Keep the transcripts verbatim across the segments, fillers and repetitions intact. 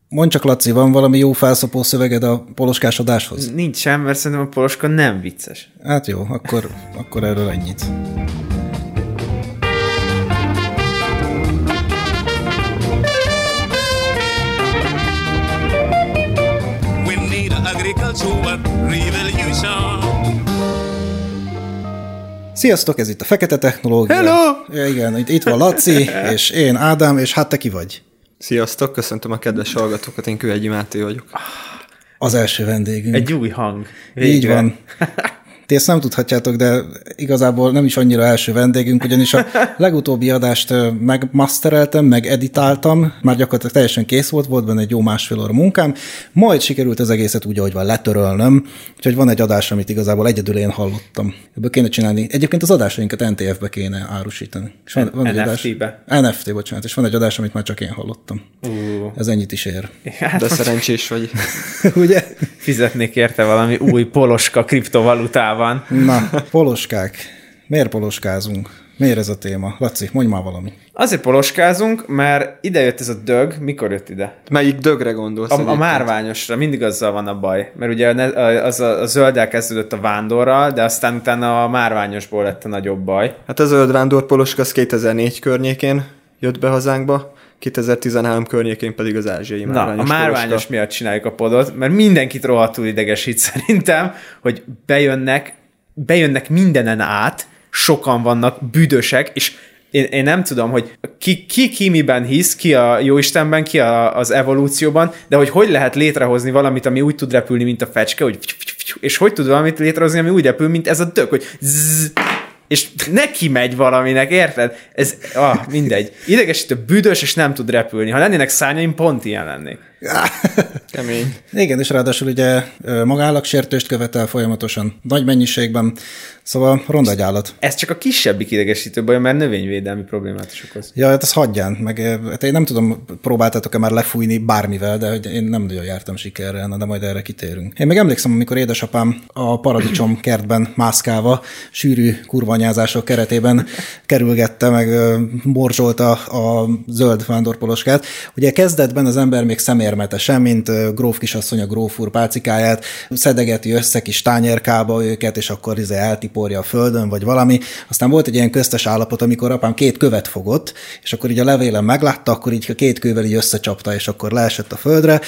Mondd csak, Laci, van valami jó felszopó szöveged a poloskás adáshoz? Nincs sem, mert szerintem a poloska nem vicces. Hát jó, akkor, akkor erről ennyit. Sziasztok, ez itt a Fekete Technológia. Hello! Ja, igen, itt van Laci, és én Ádám, és hát te ki vagy? Sziasztok, köszöntöm a kedves hallgatókat, én Kőhegyi Máté vagyok. Az első vendégünk. Egy új hang. Végre. Így van. Ti ezt nem tudhatjátok, de igazából nem is annyira első vendégünk, ugyanis a legutóbbi adást megmastereltem, megeditáltam, már gyakorlatilag teljesen kész volt, volt benne egy jó másfél óra munkám, majd sikerült az egészet úgy, ahogy van, letörölnöm, úgyhogy van egy adás, amit igazából egyedül én hallottam. Ebből kéne csinálni. Egyébként az adásainkat en té ef-be kéne árusítani. És van, van en ef té-be. en ef té, bocsánat, és van egy adás, amit már csak én hallottam. Uh. Ez ennyit is ér. Hát de szerencsés vagy. Ugye? Fizetnék érte valami új poloska kriptovalutával. Van. Na, poloskák. Miért poloskázunk? Miért ez a téma? Laci, mondj már valami. Azért poloskázunk, mert ide jött ez a dög. Mikor jött ide? Melyik dögre gondolsz? A, a márványosra. Mindig azzal van a baj. Mert ugye az a, a zölddel kezdődött a vándorral, de aztán utána a márványosból lett a nagyobb baj. Hát a zöld vándor poloska az kétezer-négy környékén jött be hazánkba, kétezer-tizenhárom környékén pedig az ázsiai márványos. Na, a márványos poloska. miatt csináljuk a podot, mert mindenkit rohadtul idegesít szerintem, hogy bejönnek, bejönnek mindenen át, sokan vannak, büdösek, és én, én nem tudom, hogy ki, ki, ki miben hisz, ki a jóistenben, ki a, az evolúcióban, de hogy hogy lehet létrehozni valamit, ami úgy tud repülni, mint a fecske, hogy és hogy tud valamit létrehozni, ami úgy repül, mint ez a dög, hogy zzz, és neki megy valaminek, érted? Ez, ah, mindegy. Idegesítő, büdös, és nem tud repülni. Ha lennének szárnyaim, pont ilyen lennék. Kemény. Igen, és ráadásul ugye magállagsértést követel folyamatosan nagy mennyiségben, szóval ronda egy állat. Ez csak a kisebbik idegesítő baj, mert növényvédelmi problémát is okoz. Ja, hát ez hagyján, meg hát én nem tudom, próbáltátok-e már lefújni bármivel, de én nem nagyon jártam sikerrel, de majd erre kitérünk. Én még emlékszem, amikor édesapám a paradicsom kertben mászkálva, sűrű kurvanyázások keretében kerülgette, meg morzsolta a zöld vándorpoloskát. Ugye kezdetben az ember még szemérmetesen, mint gróf kisasszony a gróf úr pácikáját, szedegeti össze kis tányérkába őket, és akkor izé eltiporja a földön, vagy valami. Aztán volt egy ilyen köztes állapot, amikor apám két követ fogott, és akkor így a levélen meglátta, akkor így a két kővel így összecsapta, és akkor leesett a földre.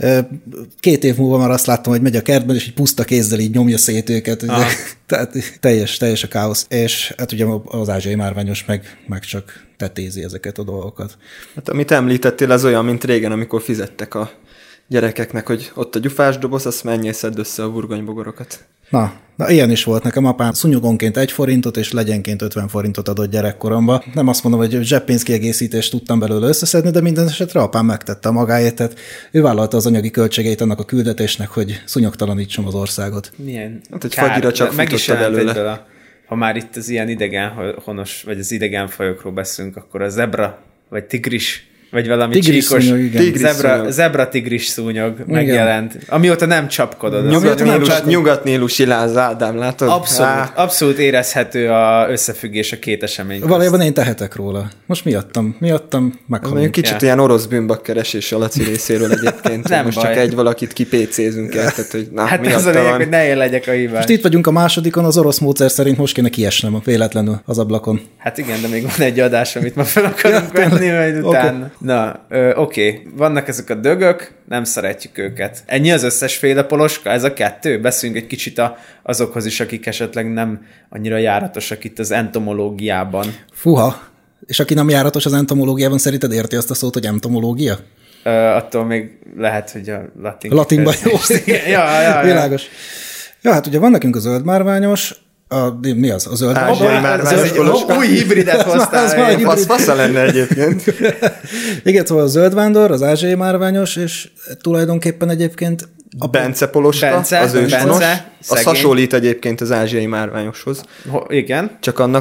Két év múlva már azt láttam, hogy megy a kertben, és így puszta kézzel így nyomja szét őket. Ah. Tehát teljes, teljes a káosz. És hát ugye az ázsiai márványos meg, meg csak tetézi ezeket a dolgokat. Hát amit említettél, az olyan, mint régen, amikor fizettek a gyerekeknek, hogy ott a gyufás doboz, azt menjél, szedd össze a burgonybogorokat. Na, na, ilyen is volt nekem. Apám szúnyogonként egy forintot és legyenként ötven forintot adott gyerekkoromba. Nem azt mondom, hogy zseppénzkiegészítést tudtam belőle összeszedni, de minden esetre apám megtette a magáét, tehát ő vállalta az anyagi költségeit annak a küldetésnek, hogy szúnyogtalanítsom az országot. Milyen hát egy fagyira csak futotta belőle. A, ha már itt az ilyen idegenhonos, vagy az idegenfajokról beszélünk, akkor a zebra, vagy tigris, vagy valami tigris csíkos szúnyog, tigris zebra, szúnyog. Zebra tigris szúnyog igen. Megjelent. Amióta nem csapkodod. Nyugat-Nílus, Nyugat-Nílusi láz, Ádám, látod? Abszolút, abszolút érezhető a összefüggés a két esemény közt. Valójában én tehetek róla. Most miattam, miattam meghalunk. Kicsit ja. Ilyen orosz bűnbakkeresés a Laci részéről egyébként. Nem most baj. Csak egy valakit kipécézünk el, tehát, hogy na, hát az a lényeg, hogy ne én legyek a hibás. Most itt vagyunk a másodikon, az orosz módszer szerint most kéne kiesnem véletlenül az ablakon. Hát igen, de még van egy adás, amit ma fel akarunk venni, majd utána. Okay. Na, ö, oké, okay. Vannak ezek a dögök, nem szeretjük őket. Ennyi az összes féle poloska? Ez a kettő? Beszéljünk egy kicsit a, azokhoz is, akik esetleg nem annyira járatosak itt az entomológiában. Fuha. És aki nem járatos az entomológiában, szerinted érti azt a szót, hogy entomológia? Ö, attól még lehet, hogy a latin... Latinban jó. ja, ja, ja. Világos. Ja, hát ugye van nekünk a zöld márványos, a, mi az? A zöld ázsiai márványos poloska. Új hibridet hoztál. Az fasza lenne egyébként. Igen, szóval a zöld vándor, az ázsiai márványos, és tulajdonképpen egyébként a Bence poloska, Bence, az őshonos, az hasonlít egyébként az ázsiai márványoshoz. Ho, igen. Csak annak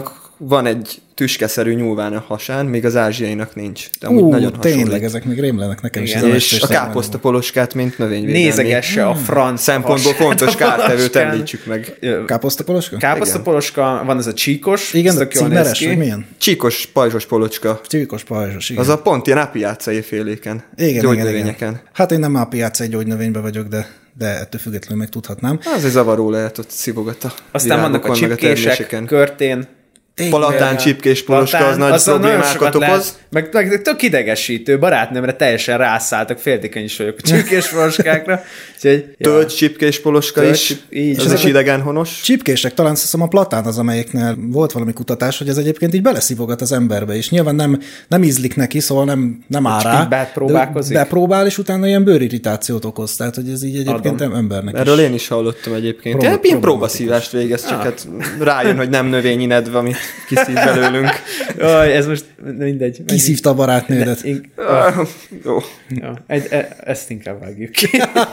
van egy tüskeszerű nyúlván a hasán, még az ázsiainak nincs. De amúgy Ú, nagyon tényleg, hasonlít. ezek még rémlenek nekem Igen. is. És a káposztapoloskát, mint növényvédelmi Nézegesse a franc szempontból fontos kártevőt poloskán. említsük meg. Káposztapoloska? Káposztapoloska, van ez a csíkos. Igen, ez de tök jól néz címeres, ki. vagy milyen? Csíkos, pajzsos polocska. Csíkos pajzsos, igen. Az a pont ilyen ápiácai féléken. igen, igen, gyógynövényeken. igen. Hát én nem ápiácai gyógynövényben vagyok, de, de ettől függetlenül meg tudhatnám. Az egy zavaró lehet, ott szivogat a Aztán vannak a virágokon, meg csipkések, terméseken. körtén. Palatán csipkés poloska, az nagy azzal nagyon problémákat sokat okoz. lehet, meg, meg tök idegesítő, barátnőmre teljesen rászálltak, féltékeny is vagyok a csipkés poloskákra. Úgyhogy, ja. Tölgy csipkés poloska Tölgy is, csip- így. ez És is ezek- idegen honos. Csipkések, talán azt hiszem a platán az, amelyiknél volt valami kutatás, hogy ez egyébként így beleszívogat az emberbe, és nyilván nem, nem ízlik neki, szóval nem, nem áll rá. így bepróbálkozik? de Bepróbál, és utána ilyen bőrirritációt okoz, tehát hogy ez így egyébként Adom. embernek Erről is. én is hallottam egyébként. Próba- Próba, ilyen problematikus. próbaszívást végez, csak hát rájön, hogy nem növényi nedve, amit kiszív belőlünk. Jaj, ez most mindegy. Kiszívta a barátnődet. In- Jó. ja, egy, e, ezt inkább vágjuk ki.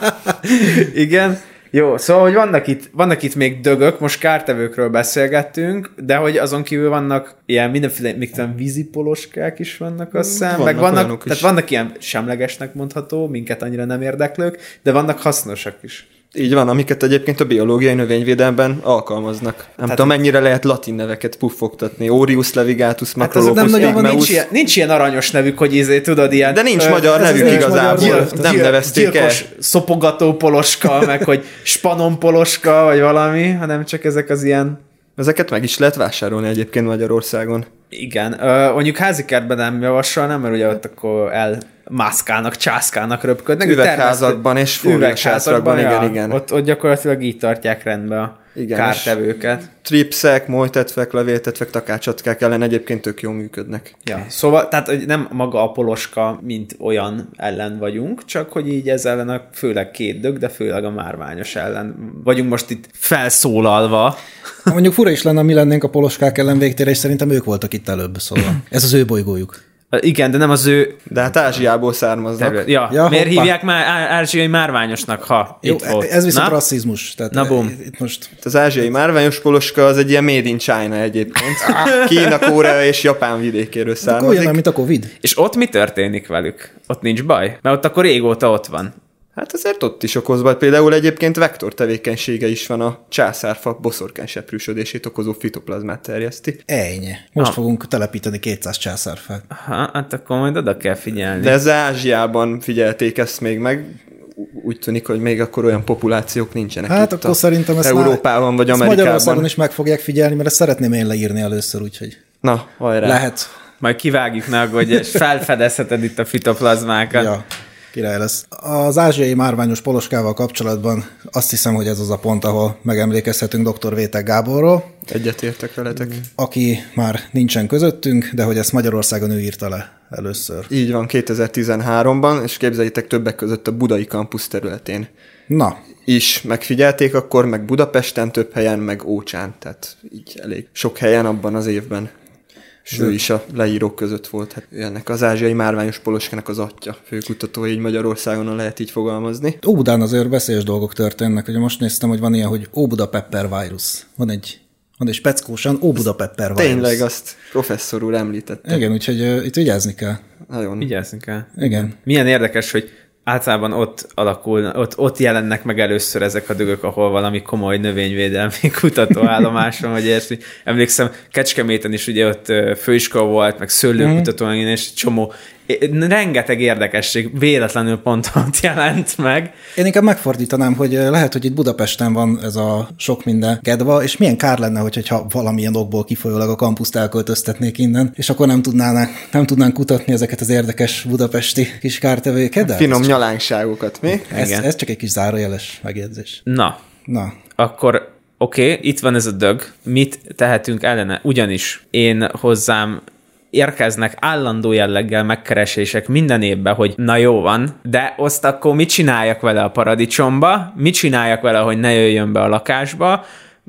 Igen. Jó, szóval, hogy vannak itt, vannak itt még dögök, most kártevőkről beszélgettünk, de hogy azon kívül vannak ilyen mindenféle, még talán vízipoloskák is vannak, azt hiszem, Vannak meg vannak, olyanok is. tehát vannak ilyen semlegesnek mondható, minket annyira nem érdeklők, de vannak hasznosak is. Így van, amiket egyébként a biológiai növényvédelemben alkalmaznak. Nem Tehát- tudom, mennyire lehet latin neveket puffogtatni. Aureus levigatus, Hát azok nem Macrolopus nagyon van, nincs igmeus. ilyen, nincs ilyen aranyos nevük, hogy izé, tudod, ilyen... De nincs ö, magyar ez az nevük nincs igazából. magyar- Nem gyil- nevezték el. gyilkos szopogató poloska, meg hogy spanon poloska, vagy valami, hanem csak ezek az ilyen... Ezeket meg is lehet vásárolni egyébként Magyarországon. Igen, ö, mondjuk házikertben nem javasolnám, mert ugye ott akkor elmászkálnak, császkálnak, röpködnek. de Üvegházakban és fóliasászrakban, igen, igen. Ott, ott gyakorlatilag így tartják rendbe a Igen, kártevőket. Tripszek, molytetvek, levéltetvek, takácsatkák ellen egyébként tök jól működnek. Ja, szóval, tehát hogy nem maga a poloska, mint olyan ellen vagyunk, csak hogy így ez ellen a főleg két dög, de főleg a márványos ellen vagyunk most itt felszólalva. Mondjuk fura is lenne, mi lennénk a poloskák ellen végtére, és szerintem ők voltak itt előbb, szóval ez az ő bolygójuk. Igen, de nem az ő De hát Ázsiából származnak. terület. Ja, Ja, miért hoppá. hívják már á- ázsiai márványosnak, ha Jó, itt volt? ez viszont Na? rasszizmus. Tehát Na, bum. Itt most Az ázsiai márványos poloska az egy ilyen made in China egyébként. Kína, Korea és Japán vidékéről akkor olyan, származik. mint a Covid. És ott mi történik velük? Ott nincs baj? Mert ott akkor régóta ott van. Hát azért ott is okoz, vagy például egyébként vektor tevékenysége is van, a császárfa boszorkányseprűsödését okozó fitoplazmát terjeszti. Ennyi. Most Ah. fogunk telepíteni kétszáz császárfát. Ha, hát akkor majd oda kell figyelni. De ez Ázsiában figyelték ezt még meg, úgy tűnik, hogy még akkor olyan populációk nincsenek Hát itt akkor a szerintem ezt Európában vagy ezt Magyarországon Amerikában. is meg fogják figyelni, mert ezt szeretném én leírni először, úgyhogy Na, hajrá. lehet. Majd kivágjuk meg, hogy felfedezheted itt a fitoplazmákat. Ja, király lesz. Az ázsiai márványos poloskával kapcsolatban azt hiszem, hogy ez az a pont, ahol megemlékezhetünk doktor Vétek Gáborról, Egyetértek veletek. aki már nincsen közöttünk, de hogy ezt Magyarországon ő írta le először. Így van, kétezer-tizenháromban, és képzeljétek, többek között a budai kampusz területén Na, is megfigyelték akkor, meg Budapesten több helyen, meg Ócsán, tehát így elég sok helyen abban az évben. És ő is a leírók között volt. Hát ennek az ázsiai márványos poloskának az atya, főkutató, így Magyarországon lehet így fogalmazni. Óbudán azért veszélyes dolgok történnek. Ugye most néztem, hogy van ilyen, hogy Óbuda pepper virus. Van egy, van egy speckósan Óbuda pepper virus. Tényleg, azt professzor úr említette. Igen, úgyhogy uh, itt vigyázni kell. Nagyon. Vigyázzunk el. Igen. Milyen érdekes, hogy általában ott alakul, ott, ott jelennek meg először ezek a dögök, ahol valami komoly növényvédelmi kutatóállomáson, vagy ilyesmi. Emlékszem, Kecskeméten is ugye ott ö, főiskola volt, meg szőlőkutató, mm. és csomó, rengeteg érdekesség véletlenül pont ott jelent meg. Én inkább megfordítanám, hogy lehet, hogy itt Budapesten van ez a sok minden kedva, és milyen kár lenne, hogyha valamilyen okból kifolyólag a kampuszt elköltöztetnék innen, és akkor nem tudnánk, nem tudnánk kutatni ezeket az érdekes budapesti kis kártevőket. De Finom ez, nyalánságokat, mi? ez, Igen. ez csak egy kis zárójeles megjegyzés. Na, Na, akkor oké, okay, itt van ez a dög, mit tehetünk ellene? Ugyanis én hozzám érkeznek állandó jelleggel megkeresések minden évben, hogy na jó van, de azt akkor mit csináljak vele a paradicsomba, mit csináljak vele, hogy ne jöjjön be a lakásba,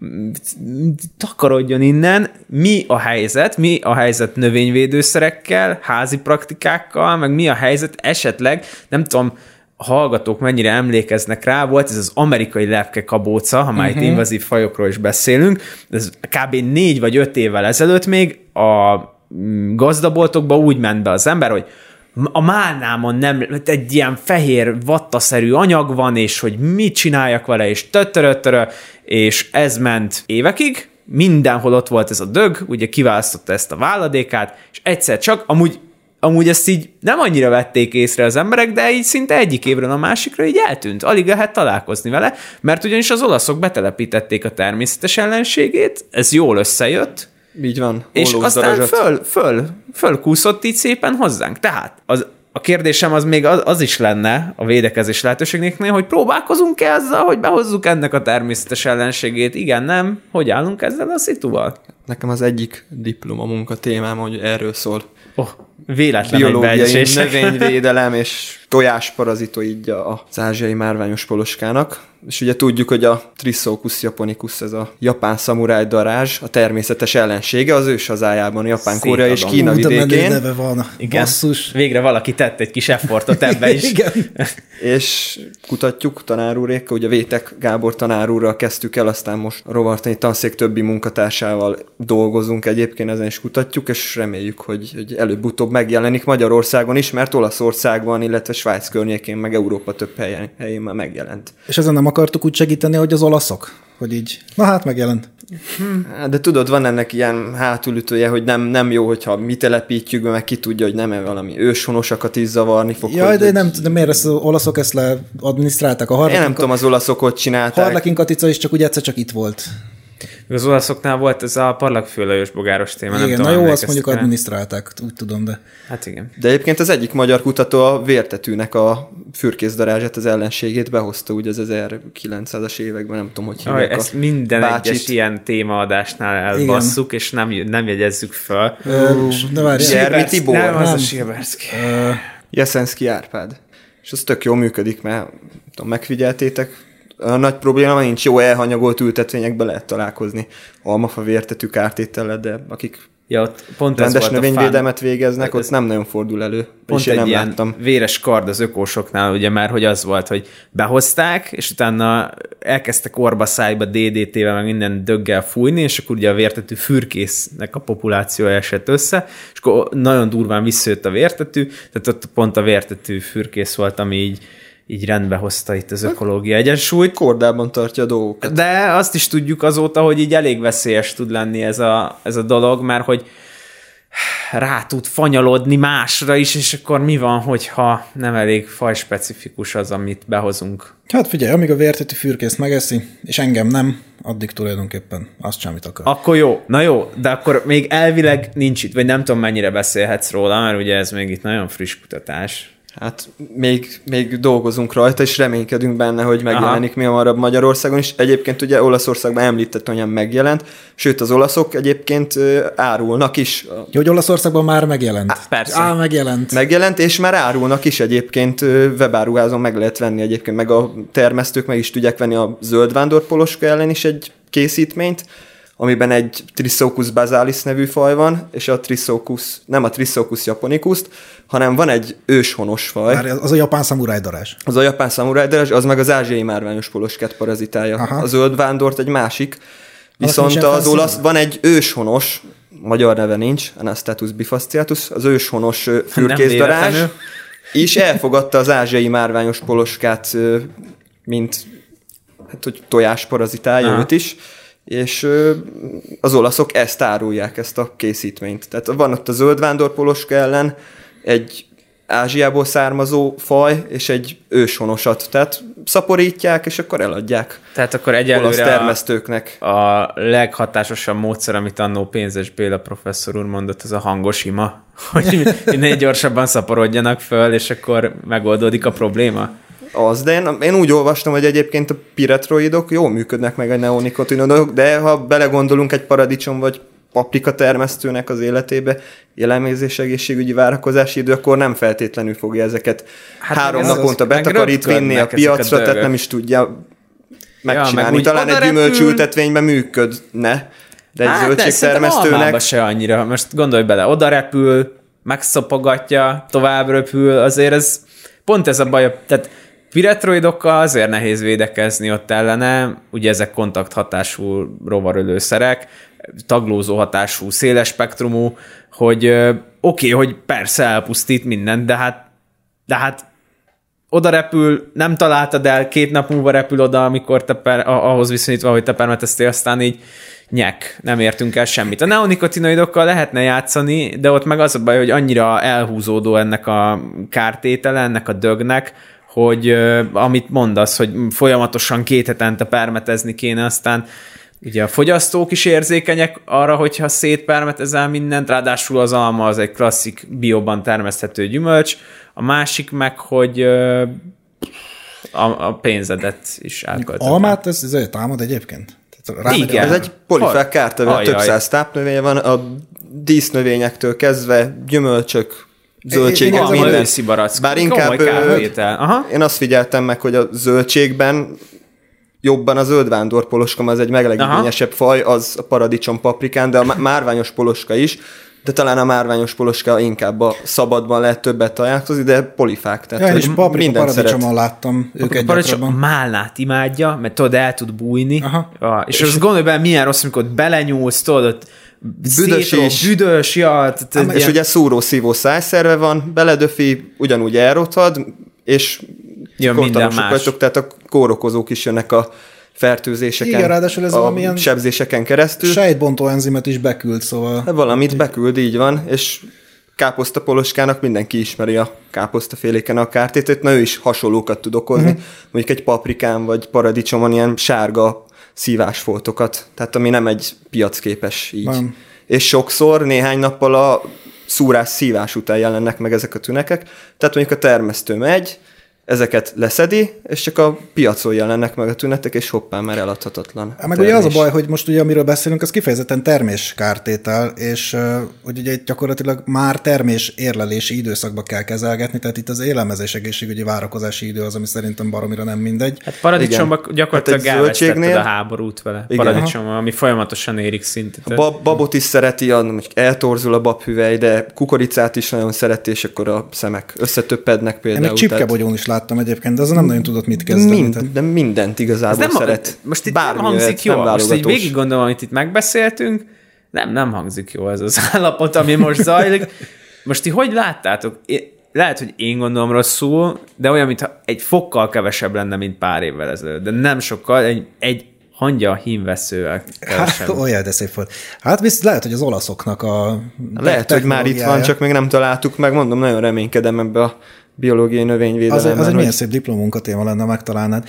takarodjon innen, mi a helyzet, mi a helyzet növényvédőszerekkel, házi praktikákkal, meg mi a helyzet esetleg, nem tudom, a hallgatók mennyire emlékeznek rá, volt ez az amerikai lepkekabóca, ha már uh-huh. itt invazív fajokról is beszélünk, ez kb. négy vagy öt évvel ezelőtt még a gazdaboltokba úgy ment be az ember, hogy a málnámon nem, egy ilyen fehér vattaszerű anyag van, és hogy mit csináljak vele, és töttöröttörö, és ez ment évekig, mindenhol ott volt ez a dög, ugye kiválasztotta ezt a váladékát, és egyszer csak, amúgy, amúgy ezt így nem annyira vették észre az emberek, de így szinte egyik évről a másikra így eltűnt. Alig lehet találkozni vele, mert ugyanis az olaszok betelepítették a természetes ellenségét, ez jól összejött, így van. És aztán föl, föl, fölkúszott így szépen hozzánk. Tehát az, a kérdésem az még az, az is lenne a védekezés lehetőségnéknél, hogy próbálkozunk-e ezzel, hogy behozzuk ennek a természetes ellenségét? Igen, nem? Hogy állunk ezzel a szituval? Nekem az egyik diplomamunka témám, hogy erről szól. Oh, véletlen biológiai növényvédelem és tojásparazitoidja az ázsiai márványos poloskának. És ugye tudjuk, hogy a Trisocus japonicus, ez a japán szamuráj darázs, a természetes ellensége az ős hazájában, Japán, Korea és Kína vidékén. Neve van. Igen. Basszus. Végre valaki tett egy kis effortot ebbe is. Igen. És kutatjuk tanárúrékkal, ugye Vétek Gábor tanárúrral kezdtük el, aztán most a rovartani tanszék többi munkatársával dolgozunk egyébként, ezen is kutatjuk, és reméljük, hogy, hogy előbb-utóbb megjelenik Magyarországon is, mert Olaszországban, illetve Svájc környékén, meg Európa több helyen, helyén már megjelent. És ezen nem akartuk úgy segíteni, hogy az olaszok? Hogy így, na hát megjelent. De tudod, van ennek ilyen hátulütője, hogy nem, nem jó, hogyha mi telepítjük be, meg ki tudja, hogy nem-e valami őshonosakat is zavarni fog. Jaj, de hogy... nem tudom, miért ezt az olaszok ezt leadminisztrálták a Harlekin. Én nem tudom, az olaszok hogy csinálták. Harlekin Katica is csak úgy egyszer csak itt volt. Az olaszoknál volt ez a parlagfőlajos bogáros téma. Igen, nem na tudom, jó, azt mondjuk rá. adminisztrálták, úgy tudom, de... Hát igen. De egyébként az egyik magyar kutató a vértetűnek a fürkészdarázsát, az ellenségét behozta úgy az ezerkilencszázas években, nem tudom, hogy hívják. Ezt minden bácsit. Egyes ilyen témaadásnál elbasszuk, igen. És nem, nem jegyezzük fel. Zsermi Tibor. Nem, az a Silberszki. Jeszenszki Árpád. És az tök jól működik, mert tudom, megfigyeltétek, a nagy probléma nincs, jó elhanyagolt ültetvényekben lehet találkozni almafa vértetű kártétellel, de akik ja, ott pont rendes ez növényvédelmet végeznek, ott nem nagyon fordul elő. Pont és én egy nem ilyen láttam. Véres kard az ökósoknál, ugye már, hogy az volt, hogy behozták, és utána elkezdtek orbaszájba dé dé té-vel, meg minden döggel fújni, és akkor ugye a vértetű fürkésznek a populációja esett össze, és akkor nagyon durván visszajött a vértetű, tehát ott pont a vértetű fürkész volt, ami így így rendbe hozta itt az ökológia egyensúlyt. Kordában tartja a dolgokat. De azt is tudjuk azóta, hogy így elég veszélyes tud lenni ez a, ez a dolog, mert hogy rá tud fanyalodni másra is, és akkor mi van, hogyha nem elég fajspecifikus az, amit behozunk. Hát figyelj, amíg a vértetű fürkészt megeszi, és engem nem, addig tulajdonképpen azt sem, amit akar. Akkor jó, na jó, de akkor még elvileg nincs itt, vagy nem tudom, mennyire beszélhetsz róla, mert ugye ez még itt nagyon friss kutatás. Hát még, még dolgozunk rajta, és reménykedünk benne, hogy megjelenik mi hamarabb Magyarországon is. Egyébként ugye Olaszországban említett, hogy megjelent, sőt az olaszok egyébként árulnak is. Jó, hogy Olaszországban már megjelent. Á, persze. Á, megjelent. Megjelent, és már árulnak is egyébként, webáruházon meg lehet venni egyébként, meg a termesztők meg is tudják venni a zöldvándorpoloska ellen is egy készítményt, amiben egy Trisocus basalis nevű faj van, és a Trisocus, nem a Trisocus japonicus, hanem van egy őshonos faj. Már az a japán szamurájdarázs. Az a japán szamurájdarázs, az meg az ázsiai márványos poloskát parazitálja. Aha. A zöld vándort egy másik. Viszont az olasz, van egy őshonos, magyar neve nincs, Anastatus bifasciatus, az őshonos fürkészdarázs, és elfogadta az ázsiai márványos poloskát, mint hát, hogy tojás parazitálja őt is, és az olaszok ezt árulják, ezt a készítményt. Tehát van ott a zöldvándorpoloska ellen egy Ázsiából származó faj, és egy őshonosat. Tehát szaporítják, és akkor eladják. Tehát akkor egyelőre olasz termesztőknek. A, a leghatásosabb módszer, amit annó Pénzes Béla professzor úr mondott, az a hangos ima, hogy minél gyorsabban szaporodjanak föl, és akkor megoldódik a probléma. Az, de én, én úgy olvastam, hogy egyébként a piretroidok jól működnek meg a neonikotinodok, de ha belegondolunk egy paradicsom vagy paprika termesztőnek az életébe, élelmezés egészségügyi várakozási idő, akkor nem feltétlenül fogja ezeket hát három naponta betakarít vinni a piacra, a tehát nem is tudja megcsinálni. Ja, talán egy gyümölcsültetvényben működne, de egy hát zöldségtermesztőnek... se annyira. Most gondolj bele, oda repül, megszopogatja, tovább röpül, azért ez pont ez a baj, tehát Piretroidokkal azért nehéz védekezni ott ellene, ugye ezek kontakthatású rovarölőszerek, taglózó hatású, széles spektrumú, hogy oké, okay, hogy persze elpusztít mindent, de hát, de hát oda repül, nem találtad el, két nap múlva repül oda, amikor te per, ahhoz viszonyítva, hogy te permeteztél, aztán így nyek, nem értünk el semmit. A neonikotinoidokkal lehetne játszani, de ott meg az a baj, hogy annyira elhúzódó ennek a kártétele, ennek a dögnek, hogy uh, amit mondasz, hogy folyamatosan két hetente permetezni kéne, aztán ugye a fogyasztók is érzékenyek arra, hogyha szétpermetezel mindent, ráadásul az alma az egy klasszik bióban termeszthető gyümölcs, a másik meg, hogy uh, a, a pénzedet is elköltöd. Almát ez, ez támad egyébként? Igen. Ez egy polifák kártevő, több száz tápnövénye van, a dísznövényektől kezdve gyümölcsök, zöldségek, minden. Bár inkább Aha. én azt figyeltem meg, hogy a zöldségben jobban a zöldvándor poloska, az egy meglegényesebb faj, az a paradicsom paprikán, de a márványos poloska is, de talán a márványos poloska inkább a szabadban lehet többet találkozni, de polifák. Tehát ja, és paprika paradicsomon láttam őket gyakrabban. A málnát imádja, mert tudod, el tud bújni, Aha. és, és most gondolj bele, milyen rossz, amikor belenyúlsz, tudod, büdös is. Büdös, ja. És ilyen... ugye szúró-szívó szájszerve van, beledöfi, ugyanúgy elrotad, és jön minden más. Vagytok, tehát a kórokozók is jönnek a fertőzéseken, igen, ráadásul ez a valamilyen sebzéseken keresztül. Sejtbontó enzimet is beküld, szóval... Hát valamit beküld, így van, és káposztapoloskának mindenki ismeri a káposztaféléken a kártétét, na ő is hasonlókat tud okozni, uh-huh. mondjuk egy paprikán vagy paradicsomon ilyen sárga szívásfoltokat, tehát ami nem egy piacképes így. Van. És sokszor néhány nappal a szúrás-szívás után jelennek meg ezek a tünekek, tehát mondjuk a termesztő megy, ezeket leszedi, és csak a piacon jelennek meg a tünetek, és hoppá, már eladhatatlan. Meg ugye az a baj, hogy most ugye amiről beszélünk, az kifejezetten terméskártétel, és uh, hogy ugye gyakorlatilag már termés érlelési időszakba kell kezelgetni, tehát itt az élelmezés egészségügyi várakozási idő az, ami szerintem baromira nem mindegy. Hát paradicsomban gyakorlatilag hát elvesztetted a háborút vele. Paradicsom, ami folyamatosan érik szintet. A bab, babot is szereti, eltorzul a babhüvely, de kukoricát is nagyon szereti, és akkor a szemek összetöppednek például. Én még csipkebogyón is láttam egyébként, de az nem nagyon tudott mit kezdeni. Mind, de mindent igazából nem, szeret. Most itt nem hangzik jól. Most így végig gondolom, amit itt megbeszéltünk, nem, nem hangzik jó ez az állapot, ami most zajlik. Most ti hogy láttátok? Lehet, hogy én gondolom rosszul, de olyan, mintha egy fokkal kevesebb lenne, mint pár évvel ezelőtt. De nem sokkal, egy, egy hangya hímveszővel kevesebb. Hát olyan, de szép volt. Hát visz, lehet, hogy az olaszoknak a lehet, hogy már itt van, csak még nem találtuk meg. Mondom, nagyon reménykedem ebbe a biológiai növényvédelemben. Az, az egy milyen szép diplomunkatéma lenne, megtalálnád.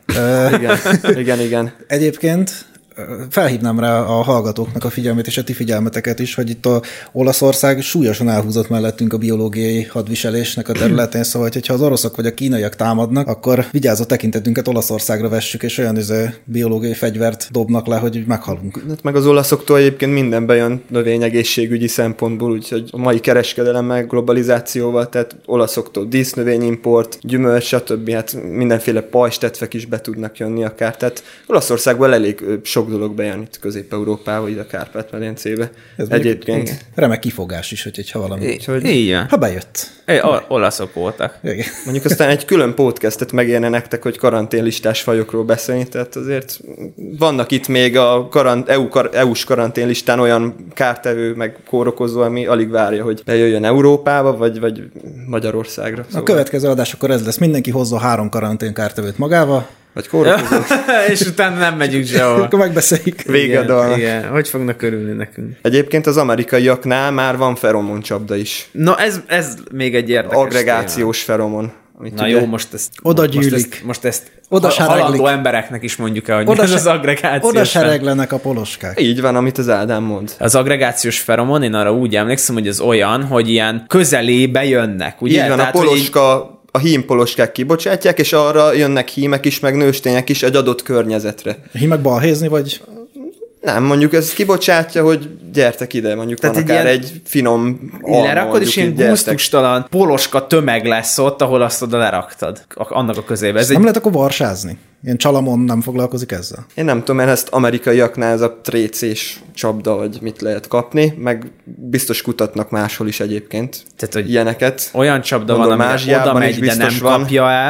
igen, igen, igen. Egyébként felhívnám rá a hallgatóknak a figyelmét és a ti figyelmeteket is, hogy itt a Olaszország súlyosan elhúzott mellettünk a biológiai hadviselésnek a területén, szóval hogyha az oroszok vagy a kínaiak támadnak, akkor vigyázó tekintetünket Olaszországra vessük, és olyan üző biológiai fegyvert dobnak le, hogy meghalunk. Hát meg az olaszoktól egyébként minden bejön növényegészségügyi szempontból, úgyhogy a mai kereskedelemmel, globalizációval, tehát olaszoktól dísznövényimport, gyümölcs, stb. Hát mindenféle pajzstetvek is be tudnak jönni akár. Tehát Olaszországból elég sok dolog bejön itt Közép-Európába, ide a Kárpát-medencébe. Egyébként. Még remek kifogás is, hogyha valami. É, hogy igen. Ha bejött. É, o- olaszok voltak. Igen. Mondjuk aztán egy külön podcastet megérne nektek, hogy karanténlistás fajokról beszélni, tehát azért vannak itt még a karant- é u, kar- é u-s karanténlistán olyan kártevő, meg kórokozó, ami alig várja, hogy bejöjjön Európába, vagy, vagy Magyarországra. Szóval. A következő adás akkor ez lesz. Mindenki hozza három karantén kártevőt magával. Vagy kórokozó. És utána nem megyünk sehol. Akkor megbeszéljük. Vége a dalnak. Igen, hogy fognak örülni nekünk. Egyébként az amerikaiaknál már van feromoncsapda is. Na ez, ez még egy érdekes agregációs téma. Feromon. Na jó, most ezt... Oda gyűlik. Most ezt, most ezt oda halandó embereknek is mondjuk el, hogy oda ez az agregációs. Oda sereglenek a poloskák. Így van, amit az Ádám mond. Az agregációs feromon, én arra úgy emlékszem, hogy az olyan, hogy ilyen közelébe jönnek, ugye? Így van, tehát, a poloska... a hímpoloskák kibocsátják, és arra jönnek hímek is, meg nőstények is egy adott környezetre. A hímek balhézni, vagy? Nem, mondjuk ez kibocsátja, hogy gyertek ide, mondjuk tehát van egy akár egy finom alma. Lerakod, és ilyen gusztustalan poloska tömeg lesz ott, ahol azt oda leraktad. Annak a közébe. Ez egy... nem lehet akkor varsázni? Ilyen Csalamon nem foglalkozik ezzel? Én nem tudom, mert ezt amerikaiaknál ez a trécés csapda, vagy mit lehet kapni, meg biztos kutatnak máshol is egyébként. Tehát, hogy ilyeneket. Olyan csapda Mondom, van, ami oda megy, de nem van. kapja el,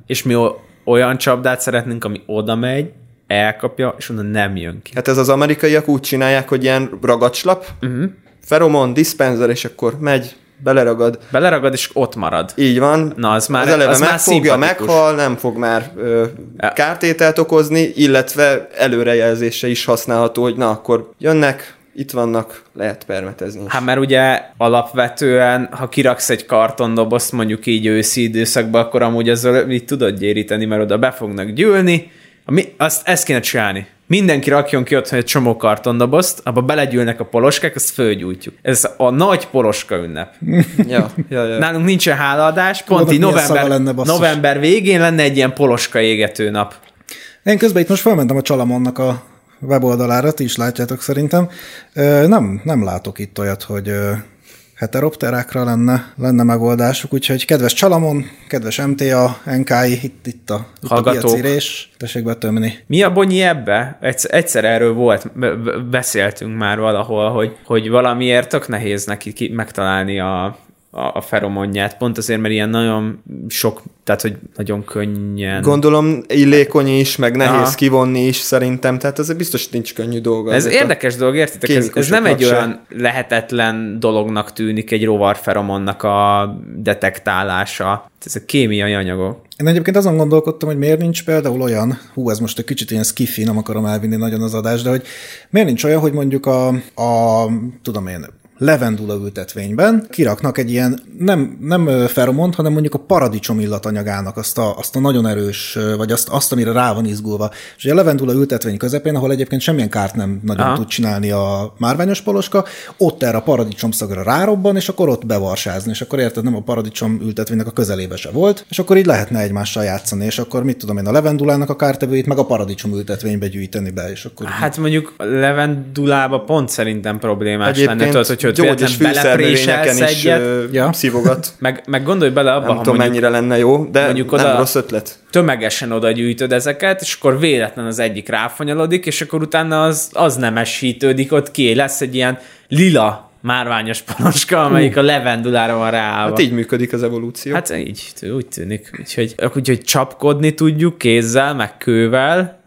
És mi olyan csapdát szeretnénk, ami oda megy, elkapja, és onnan nem jön ki. Hát ez az amerikaiak úgy csinálják, hogy ilyen ragacslap, uh-huh. feromon, dispenser, és akkor megy, beleragad. Beleragad, és ott marad. Így van. Na, az már, az eleve az megfogja, már meghal, nem fog már ö, kártételt okozni, illetve előrejelzésre is használható, hogy na, akkor jönnek, itt vannak, lehet permetezni. Hát mert ugye alapvetően, ha kiraksz egy kartondobozt mondjuk így őszi időszakban, akkor amúgy azzal így tudod gyéríteni, mert oda be fognak gyűlni. Ami, azt, ezt kéne csinálni. Mindenki rakjon ki otthon egy csomó kartondobozt, abba belegyűlnek a poloskák, azt fölgyújtjuk. Ez a nagy poloska ünnep. ja, ja, ja. Nálunk nincsen hálaadás, pont így november, lenne, november végén lenne egy ilyen poloska égető nap. Én közben itt most felmentem a Csalamonnak a weboldalára, ti is látjátok szerintem. Nem, nem látok itt olyat, hogy heteropterákra lenne, lenne megoldásuk, úgyhogy kedves Csalamon, kedves em té a, en ká i, itt, itt a, itt a piacirés, tessék betömni. Mi a bonyi ebbe? Egyszer, egyszer erről volt, beszéltünk már valahol, hogy, hogy valamiért tök nehéz neki ki, megtalálni a a feromonját, pont azért, mert ilyen nagyon sok, tehát, hogy nagyon könnyen... Gondolom illékony is, meg nehéz Aha. kivonni is szerintem, tehát ez biztos nincs könnyű dolga. Ez érdekes dolog, értitek? Ez, ez nem egy olyan lehetetlen dolognak tűnik egy rovarferomonnak a detektálása. Ez a kémiai anyagok. Én egyébként azon gondolkodtam, hogy miért nincs például olyan, hú, ez most egy kicsit ilyen skifi, nem akarom elvinni nagyon az adást, de hogy miért nincs olyan, hogy mondjuk a, a tudom én, levendula ültetvényben kiraknak egy ilyen nem, nem feromont, hanem mondjuk a paradicsom illatanyagának azt a, azt a nagyon erős, vagy azt, azt, amire rá van izgulva. És ugye a levendula ültetvény közepén, ahol egyébként semmilyen kárt nem nagyon Aha. tud csinálni a márványos poloska, ott erre a paradicsom szagra rárobban, és akkor ott bevarsázni, és akkor érted, nem a paradicsom ültetvénynek a közelébe se volt, és akkor így lehetne egymással játszani, és akkor mit tudom én, a levendulának a kártevőit meg a paradicsom ültetvénybe gyűjteni be, és akkor... Hát mondjuk a levendulába pont szerintem problémás Egyébként lenne, tudod, hogy gyógyos fűszernövényeken is ja. szívogat. meg, meg gondolj bele abba, nem ha tudom, mennyire lenne jó, de nem oda, rossz ötlet. Tömegesen oda gyűjtöd ezeket, és akkor véletlen az egyik ráfanyalodik, és akkor utána az, az nemesítődik ott ki. Lesz egy ilyen lila márványos poloska, amelyik uh. a levendulára van ráállva. Hát így működik az evolúció. Hát így, úgy tűnik. Úgyhogy, úgyhogy csapkodni tudjuk kézzel, meg kővel.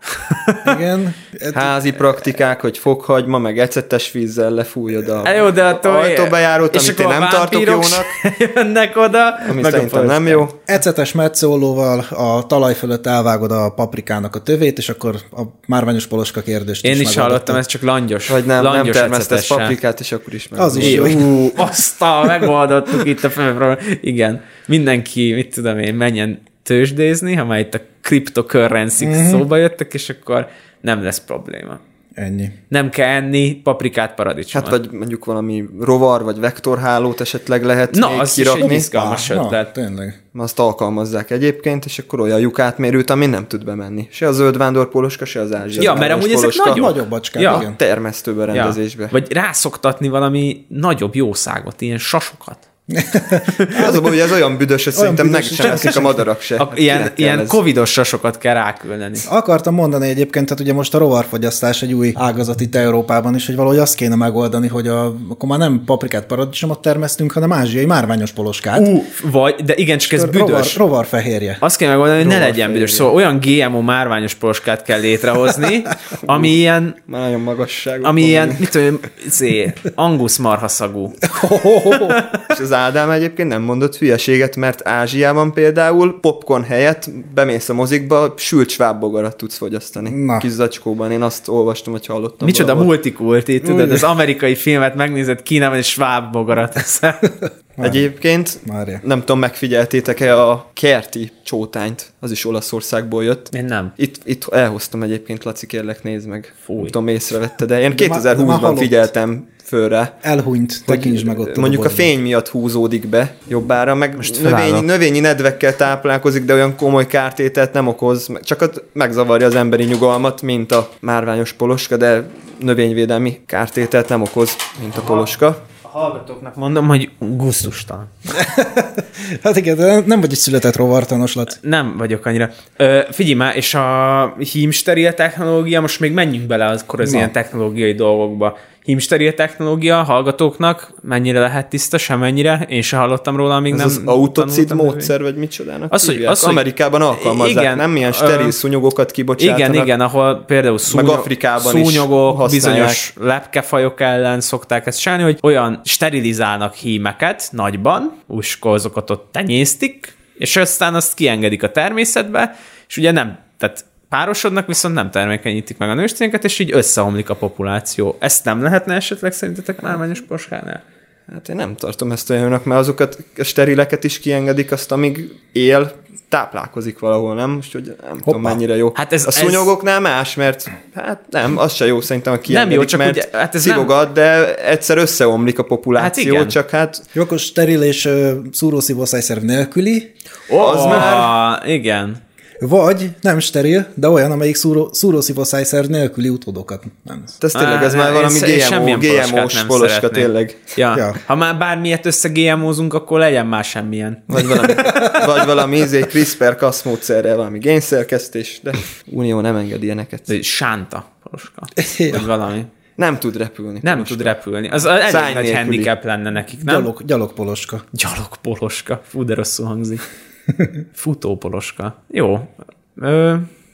Igen. Házi praktikák, hogy fokhagyma, meg ecetes vízzel lefújod a jó, de attól ajtóbejárót, amit én nem tartok jónak. Jönnek oda. Ami szerintem nem jó. Ecetes metszólóval a talaj fölött elvágod a paprikának a tövét, és akkor a márványos poloska kérdést én is Én is hallottam, ez csak langyos. Vagy nem, langyos nem termesztesz paprikát, és akkor is meg. Az is jó. Ú, azt a, megoldottuk itt a főről. Igen. Mindenki, mit tudom én, menjen tőzsdézni, ha már itt a cryptocurrency-k mm-hmm. szóba jöttek, és akkor nem lesz probléma. Ennyi. Nem kell enni paprikát, paradicsomot. Hát vagy mondjuk valami rovar, vagy vektorhálót esetleg lehet Na, még az kirakni. Na, az is egy izgalmas ötlet. Na, tényleg. Azt alkalmazzák egyébként, és akkor olyan lyukátmérőt, ami nem tud bemenni. Se a zöld vándorpoloska, se az ázsiai. Ja, mert amúgy ezek nagyobb. Nagyobb bacskák, ja. igen. Termesztőberendezésbe. Ja. Vagy rászoktatni valami nagyobb jószágot, ilyen sasokat. Az a baj, hogy ez olyan büdös, hogy szerintem meg sem eszik a madarak se. A, ilyen ilyen covidos sasokat kell ráküldeni. Akartam mondani egyébként, tehát ugye most a rovarfogyasztás egy új ágazat itt Európában is, hogy valahogy azt kéne megoldani, hogy a, akkor már nem paprikát, paradicsomot termesztünk, hanem ázsiai márványos poloskát. Ú, vagy, de igen, csak ez büdös. Rovar, rovarfehérje. Azt kell megoldani, hogy ne legyen büdös. Szóval olyan gé em o márványos poloskát kell létrehozni, ami ilyen... Már nagyon magasságú. Ami ilyen, mit tudom, zé, angusz marhaszagú. És az Ádám egyébként nem mondott hülyeséget, mert Ázsiában például popcorn helyett bemész a mozikba, sült svábbogarat tudsz fogyasztani. Na. Kis zacskóban. Én azt olvastam, hogy hallottam. Micsoda multikulti, tudod, az amerikai filmet megnézed Kínában, és svábbogarat eszel. Egyébként, Mária. Nem tudom, megfigyeltétek-e a kerti csótányt? Az is Olaszországból jött. Én nem. Itt, itt elhoztam egyébként, Laci, kérlek, nézd meg. Fúj. Nem tudom, észrevette, de én de kétezer-húszban figyeltem fölre. Elhunyt, tekintsd meg ott. Mondjuk a, a fény miatt húzódik be jobbára, meg növényi, növényi nedvekkel táplálkozik, de olyan komoly kártételt nem okoz, csak megzavarja az emberi nyugalmat, mint a márványos poloska, de növényvédelmi kártételt nem okoz, mint a poloska. A hallgatóknak mondom, hogy gusztustalan. Hát igen, de nem vagy egy született rovartanos, Laci. Nem vagyok annyira. Ö, figyelj már, és a hímsteril technológia, most még menjünk bele akkor az Na. ilyen technológiai dolgokba. hímsteril technológia hallgatóknak mennyire lehet tiszta, semennyire. Én se hallottam róla, amíg ez nem az autocid módszer, vagy micsodának az, hogy, az, Amerikában alkalmazzák, igen, nem? Milyen steril szúnyogokat kibocsátanak. Igen, igen, ahol például szúnyog, Afrikában szúnyogok, bizonyos lepkefajok ellen szokták ezt csinálni, hogy olyan sterilizálnak hímeket nagyban, azokat ott tenyésztik, és aztán azt kiengedik a természetbe, és ugye nem, tehát párosodnak, viszont nem termékenyítik meg a nőstényeket, és így összeomlik a populáció. Ezt nem lehetne esetleg szerintetek márványos poloskánál? Hát én nem tartom ezt olyannak, mert azokat a sterileket is kiengedik, azt amíg él, táplálkozik valahol, nem? Most, hogy nem Hoppa. tudom, mennyire jó. Hát ez, a szúnyogoknál ez... más, mert hát nem, az se jó szerintem, a kiengedik, nem jó, csak mert ugye, hát ez szivogat, nem... de egyszer összeomlik a populáció, hát csak hát... Jó, akkor steril és uh, szúrószívószájszerv nélküli. Oh, az már... Igen. Vagy nem steril, de olyan, amelyik szúró, szúrószívószájszerv nélküli utódokat. Nem. Ez tényleg, ez már valami gé em o, gé em o-s poloska, tényleg. Ja. Ja. Ha már bármilyet össze gé em o-zunk, akkor legyen már semmilyen. Vagy valami, vagy valami izé, CRISPR-Cas módszerrel, valami génszerkesztés, de Unió nem engedi ilyeneket. Sánta poloska. Ja. Vagy valami. Nem tud repülni. Nem poloska. tud repülni. Az elég Szány nagy handicap lenne nekik, nem? Gyalog, gyalogpoloska. Gyalogpoloska. Fú, de rosszul hangzik. Futópoloska. Jó. Ö,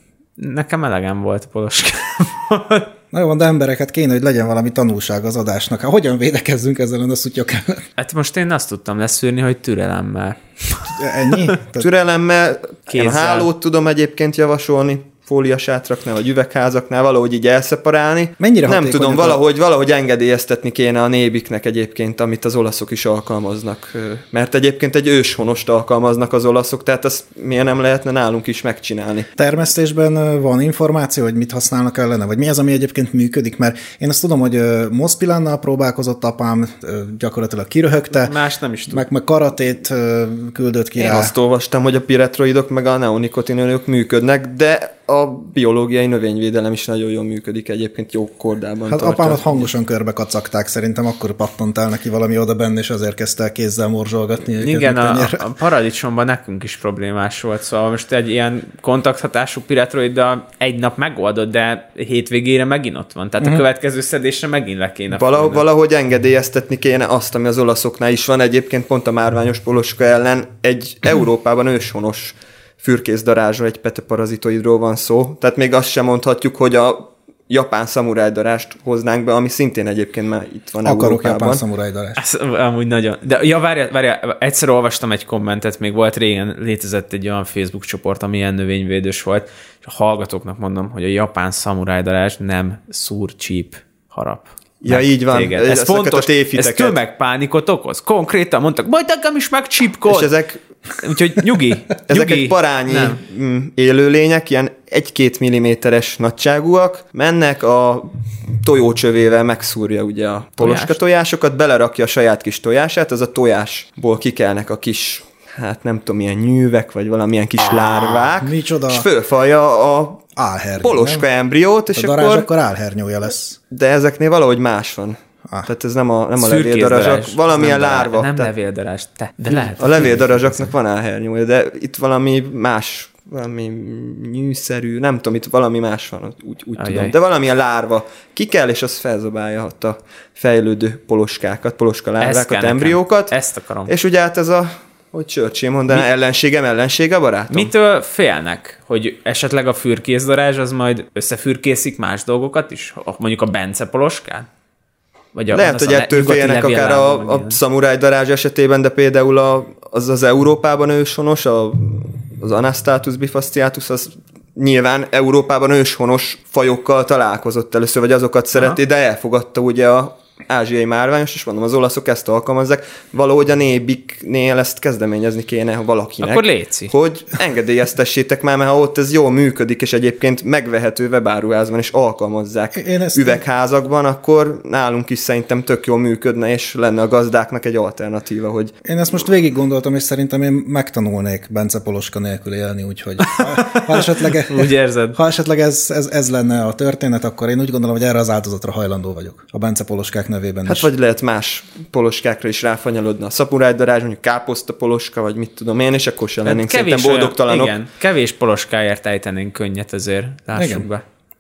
nekem elegem volt poloskával. Na jó, de embereket kéne, hogy legyen valami tanulság az adásnak. Hát hogyan védekezzünk ezzel a szutyok ellen? Hát most én azt tudtam leszűrni, hogy türelemmel. Ennyi? Türelemmel. Én a hálót tudom egyébként javasolni. Fóliasátraknál, vagy üvegházaknál valahogy így elszeparálni. Mennyire nem tudom, valahogy, valahogy engedélyeztetni kéne a nébiknek egyébként, amit az olaszok is alkalmaznak. Mert egyébként egy őshonost alkalmaznak az olaszok, tehát ezt miért nem lehetne nálunk is megcsinálni? Termesztésben van információ, hogy mit használnak ellene, vagy mi az, ami egyébként működik? Mert én azt tudom, hogy moszpilánnal próbálkozott apám, gyakorlatilag kiröhögte. Más nem is tud. Meg, meg karatét küldött ki Én rá. azt olvastam, hogy a piretroidok meg a neonikotinolók működnek, de a biológiai növényvédelem is nagyon jól működik egyébként, jó kordában. Hát apámat hangosan körbe kacagták, szerintem akkor pattant el neki valami oda benne, és azért kezdte el kézzel morzsolgatni. Igen, a, a paradicsomban nekünk is problémás volt, szóval most egy ilyen kontakthatású piretroiddal egy nap megoldott, de hétvégére megint ott van, tehát uh-huh. a következő szedésre megint le kéne. Vala, valahogy engedélyeztetni kéne azt, ami az olaszoknál is van, egyébként pont a márványos poloska ellen egy Európában őshonos fürkészdarázsra, egy peteparazitoidról van szó. Tehát még azt sem mondhatjuk, hogy a japán szamurájdarást hoznánk be, ami szintén egyébként már itt van Akarok Európában. Akarok japán szamurájdarást. Ez amúgy nagyon. De ja, várjál, várjál, egyszer olvastam egy kommentet, még volt régen, létezett egy olyan Facebook csoport, ami ilyen növényvédős volt, és a hallgatóknak mondom, hogy a japán szamurájdarás nem szúr, csíp, harap. Ja, így van. Ez, ez fontos, ez tömegpánikot okoz. Konkrétan mondtak, majd nekem is megcsípkod. És ezek Úgyhogy nyugi. Ezek nyugi. egy parányi nem. élőlények, ilyen egy-két milliméteres nagyságúak, mennek a tojócsövével megszúrja ugye a poloska tojásokat, belerakja a saját kis tojását, az a tojásból kikelnek a kis, hát nem tudom, ilyen nyűvek, vagy valamilyen kis ah, lárvák, micsoda? És fölfalja a álhernyó, poloska nem? embriót, és a darázs akkor... akkor álhernyója lesz. De ezeknél valahogy más van. Ah. Tehát ez nem a, nem a levéldarazsak, valamilyen nem lárva. Nem levéldarazs, te, de lehet. A levéldarazsaknak van álhernyója, de itt valami más, valami nyűszerű, nem tudom, itt valami más van, úgy, úgy tudom. De valamilyen lárva ki kell, és az felzabálja ott a fejlődő poloskákat, poloska lárvákat, embriókat. Ezt akarom. És ugye hát ez a, hogy Churchill mondaná, Mi? ellenségem, ellensége, barátom? Mitől félnek? Hogy esetleg a fürkészdarázs az majd összefürkészik más dolgokat is? Mondjuk a Bence poloskán? Vagy a, Lehet, hogy ettől féljenek akár a, a szamuráj darázs esetében, de például a, az az Európában őshonos, a, az Anastatus bifasciatus, az nyilván Európában őshonos fajokkal találkozott először, vagy azokat szereti, de elfogadta ugye a ázsiai márványos, és mondom, az olaszok ezt alkalmazzák, valahogy a nébiknél ezt kezdeményezni kéne valakinek. Akkor léci. Hogy engedélyeztessétek már, mert ha ott ez jól működik, és egyébként megvehető webáruházban is alkalmazzák üvegházakban, akkor nálunk is szerintem tök jól működne, és lenne a gazdáknak egy alternatíva, hogy... Én ezt most végig gondoltam, és szerintem én megtanulnék Bence poloska nélkül élni, úgyhogy ha, ha esetleg, úgy érzed. Ha esetleg ez, ez, ez lenne a történet, akkor én úgy gondolom, hogy erre az áldozatra hajlandó vagyok. A Bence poloskák nevében hát is. Vagy lehet más poloskákra is ráfanyalodna a szamurájdarázs, mondjuk káposzta poloska, vagy mit tudom én, és akkor sem lennénk hát szerintem boldogtalanok. Igen, kevés poloskáért ejtenénk könnyet azért, lássuk igen. be.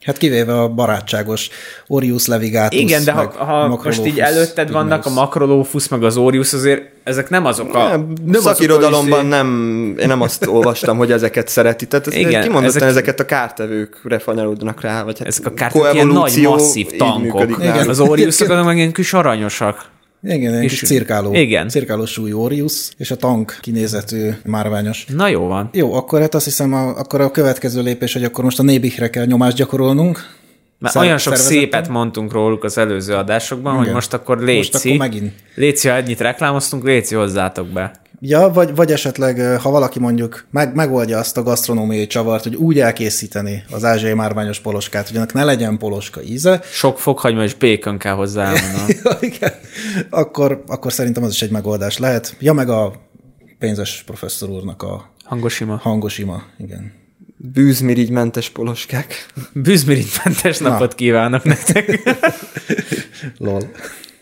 Hát kivéve a barátságos Orius levigatus. Igen, de ha, ha most így előtted vannak a Macrolophus, meg az Orius, azért ezek nem azok a... Nem, nem szakirodalomban azok, nem, én nem azt olvastam, hogy ezeket szereti. Tehát ez igen, kimondottan ezek, ezeket a kártevőkre fanyalódnak rá. Vagy hát ezek a kártevők ilyen nagy, masszív tankok. Az Oriusok meg ilyen kis aranyosak. Igen, egy kis cirkáló. Igen. Cirkáló súlyú Orius, és a tank kinézetű márványos. Na jó van. Jó, akkor hát azt hiszem, a, akkor a következő lépés, hogy akkor most a Nébichre kell nyomást gyakorolnunk. Mert olyan sok szépet mondtunk róluk az előző adásokban, igen. hogy most akkor létszi. Most akkor megint. Létszi, ha ennyit reklámoztunk, létszi, hozzátok be. Ja, vagy, vagy esetleg, ha valaki mondjuk meg, megoldja azt a gasztronómiai csavart, hogy úgy elkészíteni az ázsiai márványos poloskát, hogy ennek ne legyen poloska íze. Sok fokhagyma és bacon kell hozzá. ja, igen. Akkor, akkor szerintem az is egy megoldás lehet. Ja, meg a pénzes professzor úrnak a... Hangosima. Hangosima, igen. Bűzmirigymentes poloskák. Bűzmirigymentes napot kívánok nektek. Lol.